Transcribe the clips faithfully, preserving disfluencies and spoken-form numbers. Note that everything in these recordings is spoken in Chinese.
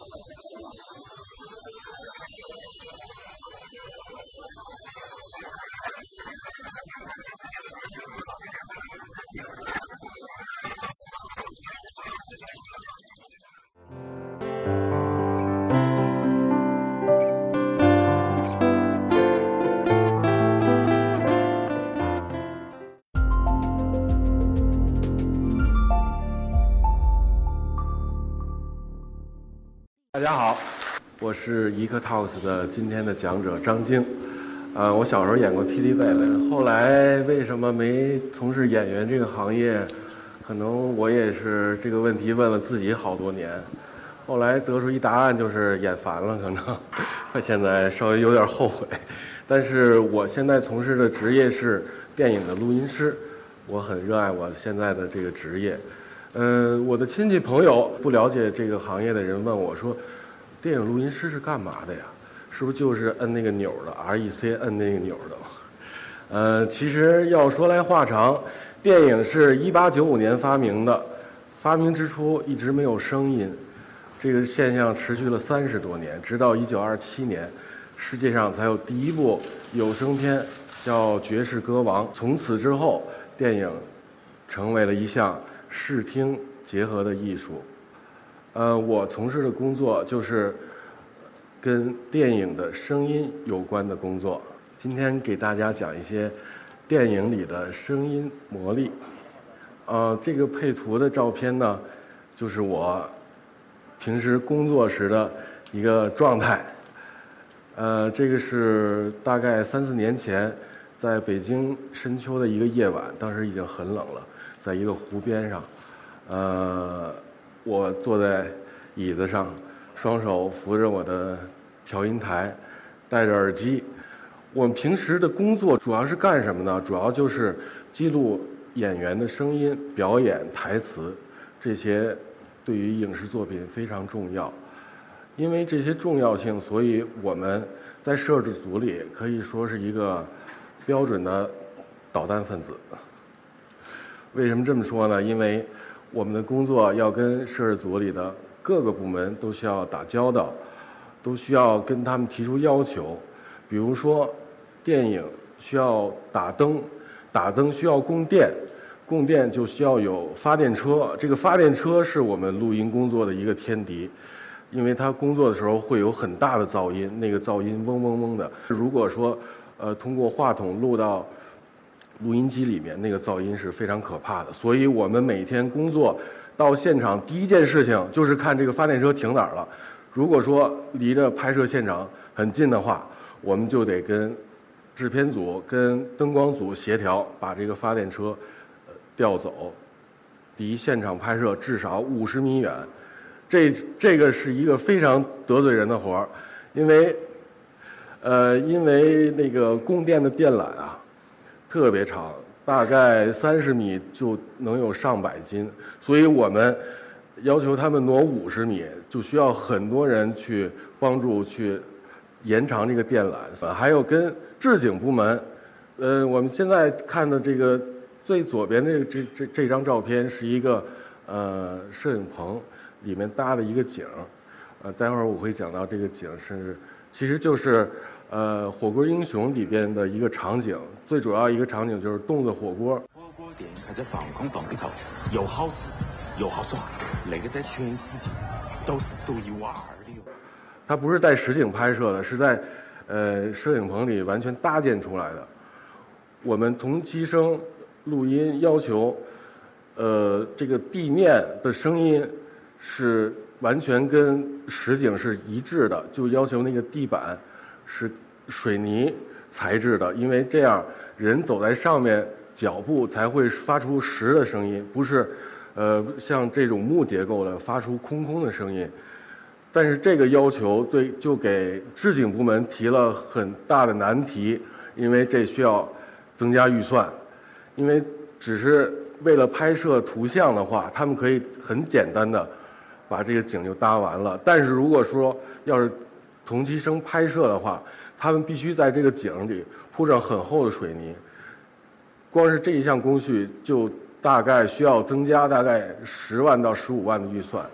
大家好，我是 EcoTalks 的今天的讲者张晶。呃，我小时候演过霹雳贝贝，后来为什么没从事演员这个行业？可能我也是这个问题问了自己好多年，后来得出一答案就是演烦了，可能现在稍微有点后悔。但是我现在从事的职业是电影的录音师，我很热爱我现在的这个职业。嗯、呃，我的亲戚朋友不了解这个行业的人问我说，电影录音师是干嘛的呀？是不是就是摁那个钮的 R E C 摁那个钮的？呃，其实要说来话长，电影是一八九五年发明的，发明之初一直没有声音，这个现象持续了三十多年，直到一九二七年，世界上才有第一部有声片叫《爵士歌王》。从此之后，电影成为了一项视听结合的艺术。呃，我从事的工作就是跟电影的声音有关的工作。今天给大家讲一些电影里的声音魔力。呃，这个配图的照片呢，就是我平时工作时的一个状态。呃，这个是大概三四年前，在北京深秋的一个夜晚，当时已经很冷了，在一个湖边上，呃，我坐在椅子上，双手扶着我的调音台，戴着耳机。我们平时的工作主要是干什么呢？主要就是记录演员的声音、表演、台词，这些对于影视作品非常重要。因为这些重要性，所以我们在摄制组里可以说是一个标准的导弹分子。为什么这么说呢？因为我们的工作要跟摄制组里的各个部门都需要打交道，都需要跟他们提出要求。比如说，电影需要打灯，打灯需要供电，供电就需要有发电车。这个发电车是我们录音工作的一个天敌，因为它工作的时候会有很大的噪音，那个噪音嗡嗡嗡的。如果说，呃，通过话筒录到录音机里面，那个噪音是非常可怕的。所以我们每天工作到现场，第一件事情就是看这个发电车停哪儿了。如果说离着拍摄现场很近的话，我们就得跟制片组、跟灯光组协调，把这个发电车调走，离现场拍摄至少五十米远。这这个是一个非常得罪人的活儿，因为，呃，因为那个供电的电缆啊，特别长，大概三十米就能有上百斤，所以我们要求他们挪五十米，就需要很多人去帮助去延长这个电缆。还有跟置景部门，呃，我们现在看的这个最左边的这这这张照片是一个呃摄影棚里面搭的一个景，呃，待会儿我会讲到这个景是，其实就是呃《火锅英雄》里边的一个场景，最主要一个场景就是冻的火锅。 火锅店开在防空洞里头，又好吃又好耍，那个在全世界都是独一无二的。 它不是在实景拍摄的，是在呃摄影棚里完全搭建出来的。我们同期声录音要求，呃，这个地面的声音是完全跟实景是一致的，就要求那个地板是水泥材质的，因为这样人走在上面脚步才会发出实的声音，不是呃像这种木结构的发出空空的声音。但是这个要求对就给置景部门提了很大的难题，因为这需要增加预算。因为只是为了拍摄图像的话，他们可以很简单的把这个景就搭完了。但是如果说要是同期声拍摄的话，他们必须在这个景里铺上很厚的水泥。光是这一项工序就大概需要增加大概十万到十五万的预算。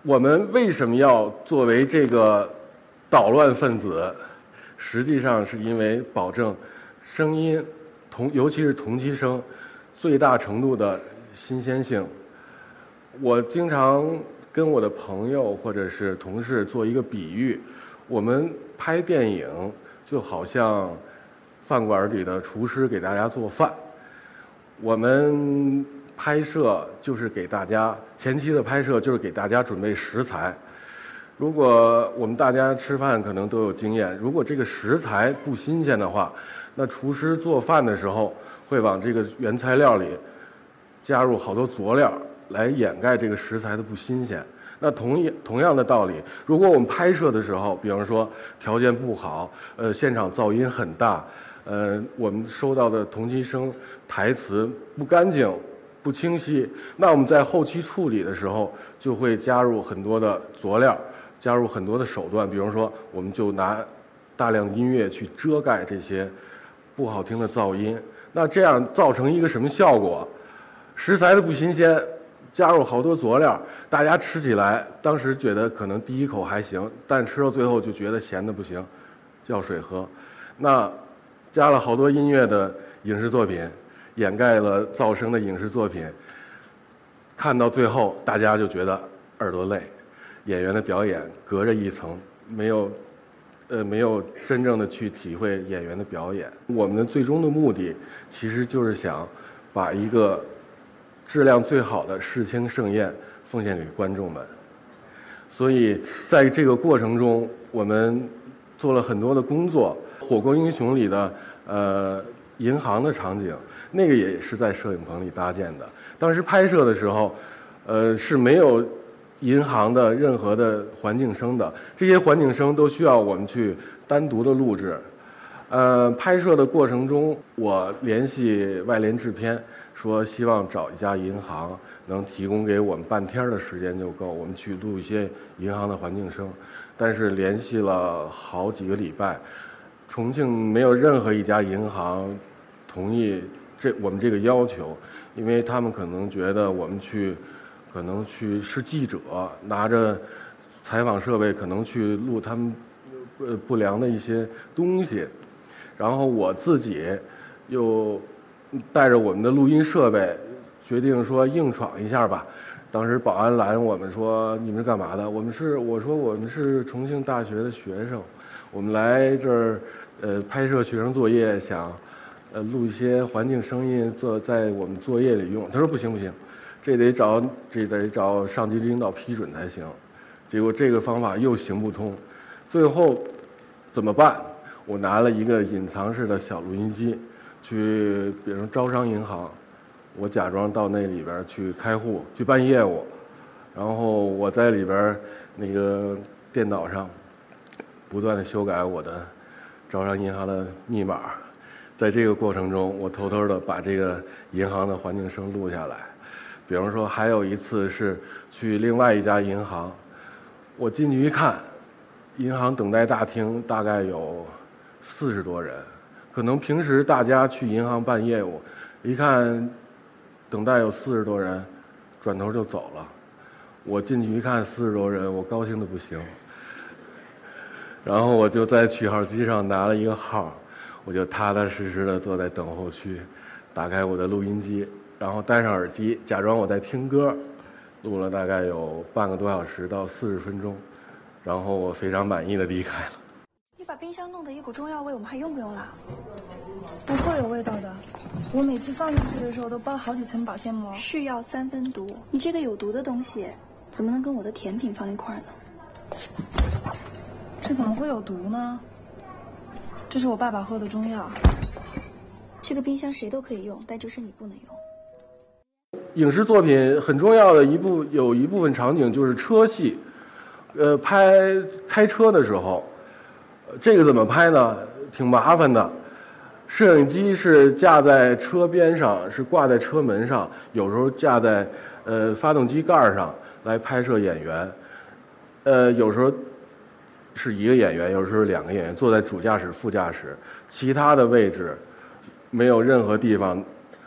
我们为什么要作为这个捣乱分子？实际上是因为保证声音同，尤其是同期声，最大程度的新鲜性。我经常跟我的朋友或者是同事做一个比喻，我们拍电影就好像饭馆里的厨师给大家做饭，我们拍摄就是给大家前期的拍摄就是给大家准备食材。如果我们大家吃饭可能都有经验，如果这个食材不新鲜的话，那厨师做饭的时候会往这个原材料里加入好多佐料来掩盖这个食材的不新鲜。那同一同样的道理，如果我们拍摄的时候，比方说条件不好，呃，现场噪音很大，呃，我们收到的同期声台词不干净、不清晰，那我们在后期处理的时候就会加入很多的佐料，加入很多的手段，比如说我们就拿大量音乐去遮盖这些不好听的噪音。那这样造成一个什么效果？食材的不新鲜，加入好多佐料，大家吃起来当时觉得可能第一口还行，但吃到最后就觉得咸的不行，叫水喝。那加了好多音乐的影视作品，掩盖了噪声的影视作品，看到最后大家就觉得耳朵累，演员的表演隔着一层，没有呃没有真正的去体会演员的表演。我们的最终的目的其实就是想把一个质量最好的视听盛宴奉献给观众们。所以在这个过程中，我们做了很多的工作。火锅英雄里的呃银行的场景，那个也是在摄影棚里搭建的。当时拍摄的时候，呃是没有银行的任何的环境声的，这些环境声都需要我们去单独的录制。呃，拍摄的过程中，我联系外联制片，说希望找一家银行能提供给我们半天的时间就够，我们去录一些银行的环境声。但是联系了好几个礼拜，重庆没有任何一家银行同意这我们这个要求，因为他们可能觉得我们去，可能去是记者，拿着采访设备可能去录他们呃不良的一些东西。然后我自己又带着我们的录音设备，决定说硬闯一下吧。当时保安拦我们说：“你们是干嘛的？”我们是我说我们是重庆大学的学生，我们来这儿呃拍摄学生作业，想呃录一些环境声音做在我们作业里用。他说不行不行，这得找这得找上级领导批准才行。结果这个方法又行不通，最后怎么办？我拿了一个隐藏式的小录音机，去比如招商银行，我假装到那里边去开户去办业务，然后我在里边那个电脑上不断的修改我的招商银行的密码。在这个过程中，我偷偷的把这个银行的环境声录下来。比方说还有一次是去另外一家银行，我进去一看，银行等待大厅大概有四十多人，可能平时大家去银行办业务，一看等待有四十多人，转头就走了。我进去一看四十多人，我高兴的不行。然后我就在取号机上拿了一个号，我就踏踏实实的坐在等候区，打开我的录音机，然后戴上耳机，假装我在听歌，录了大概有半个多小时到四十分钟，然后我非常满意的离开了。 你把冰箱弄得一股中药味，我们还用不用啦？不会有味道的，我每次放进去的时候都包好几层保鲜膜。 是药三分毒，你这个有毒的东西，怎么能跟我的甜品放一块儿呢？ 这怎么会有毒呢？这是我爸爸喝的中药。 这个冰箱谁都可以用，但就是你不能用。 影视作品很重要的一部有一部分场景就是车戏，呃，拍开车的时候，这个怎么拍呢？挺麻烦的。摄影机是架在车边上，是挂在车门上，有时候架在呃发动机盖上来拍摄演员，呃，有时候是一个演员，有时候两个演员坐在主驾驶、副驾驶，其他的位置没有任何地方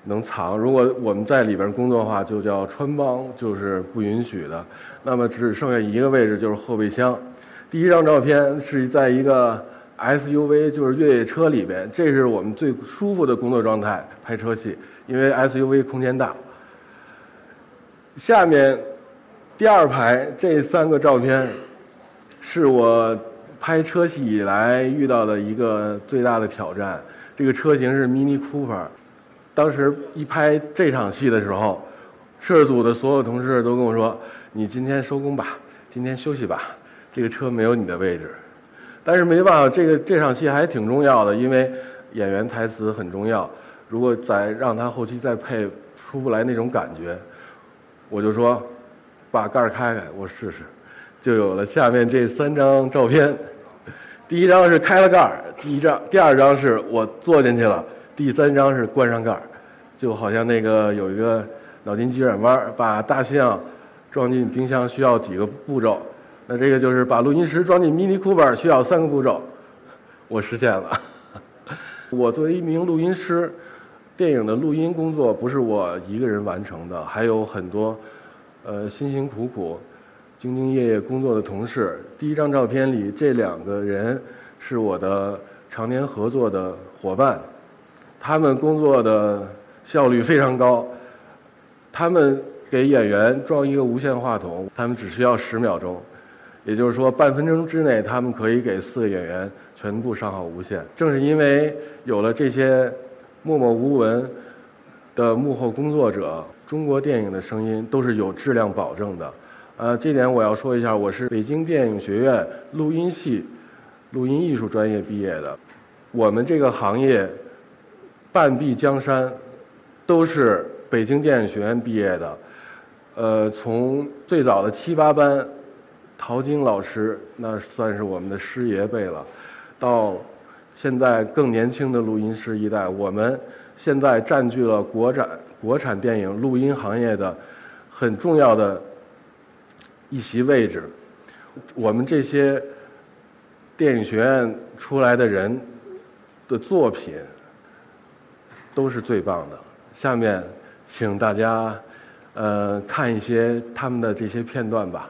能藏。如果我们在里边工作的话，就叫穿帮，就是不允许的。那么只剩下一个位置，就是后备箱。第一张照片是在一个 S U V， 就是越野车里边，这是我们最舒服的工作状态，拍车戏，因为 S U V 空间大。下面第二排这三个照片，是我拍车戏以来遇到的一个最大的挑战。这个车型是 Mini Cooper， 当时一拍这场戏的时候，摄制组的所有同事都跟我说：“你今天收工吧，今天休息吧，这个车没有你的位置。”但是没办法，这个这场戏还挺重要的，因为演员台词很重要。如果再让他后期再配，出不来那种感觉，我就说把盖儿开开，我试试，就有了下面这三张照片。第一张是开了盖儿，第一张，第二张是我坐进去了，第三张是关上盖儿，就好像那个有一个脑筋急转弯，把大象装进冰箱需要几个步骤。那这个就是把录音室装进 Mini Cooper 需要三个步骤，我实现了。我作为一名录音师，电影的录音工作不是我一个人完成的，还有很多呃辛辛苦苦、兢兢业业工作的同事。第一张照片里这两个人是我的常年合作的伙伴，他们工作的效率非常高，他们给演员装一个无线话筒，他们只需要十秒钟。也就是说，半分钟之内，他们可以给四个演员全部上好无线。正是因为有了这些默默无闻的幕后工作者，中国电影的声音都是有质量保证的。呃，这点我要说一下，我是北京电影学院录音系录音艺术专业毕业的。我们这个行业半壁江山都是北京电影学院毕业的。呃，从最早的七八班。陶晶老师那算是我们的师爷辈了，到现在更年轻的录音师一代，我们现在占据了国产国产电影录音行业的很重要的一席位置。我们这些电影学院出来的人的作品都是最棒的。下面请大家呃看一些他们的这些片段吧。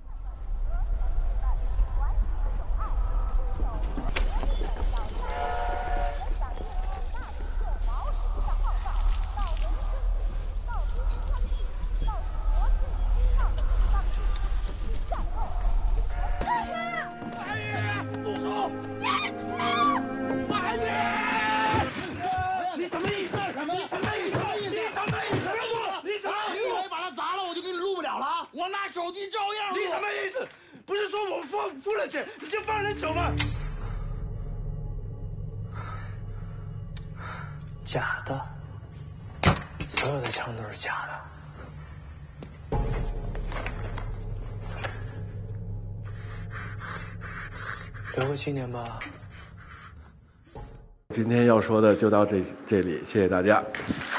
我拿手机照样录。你什么意思？不是说我付付了钱你就放人走吗？ 假的，所有的枪都是假的。留个纪念吧。 今天要说的就到这这里，谢谢大家。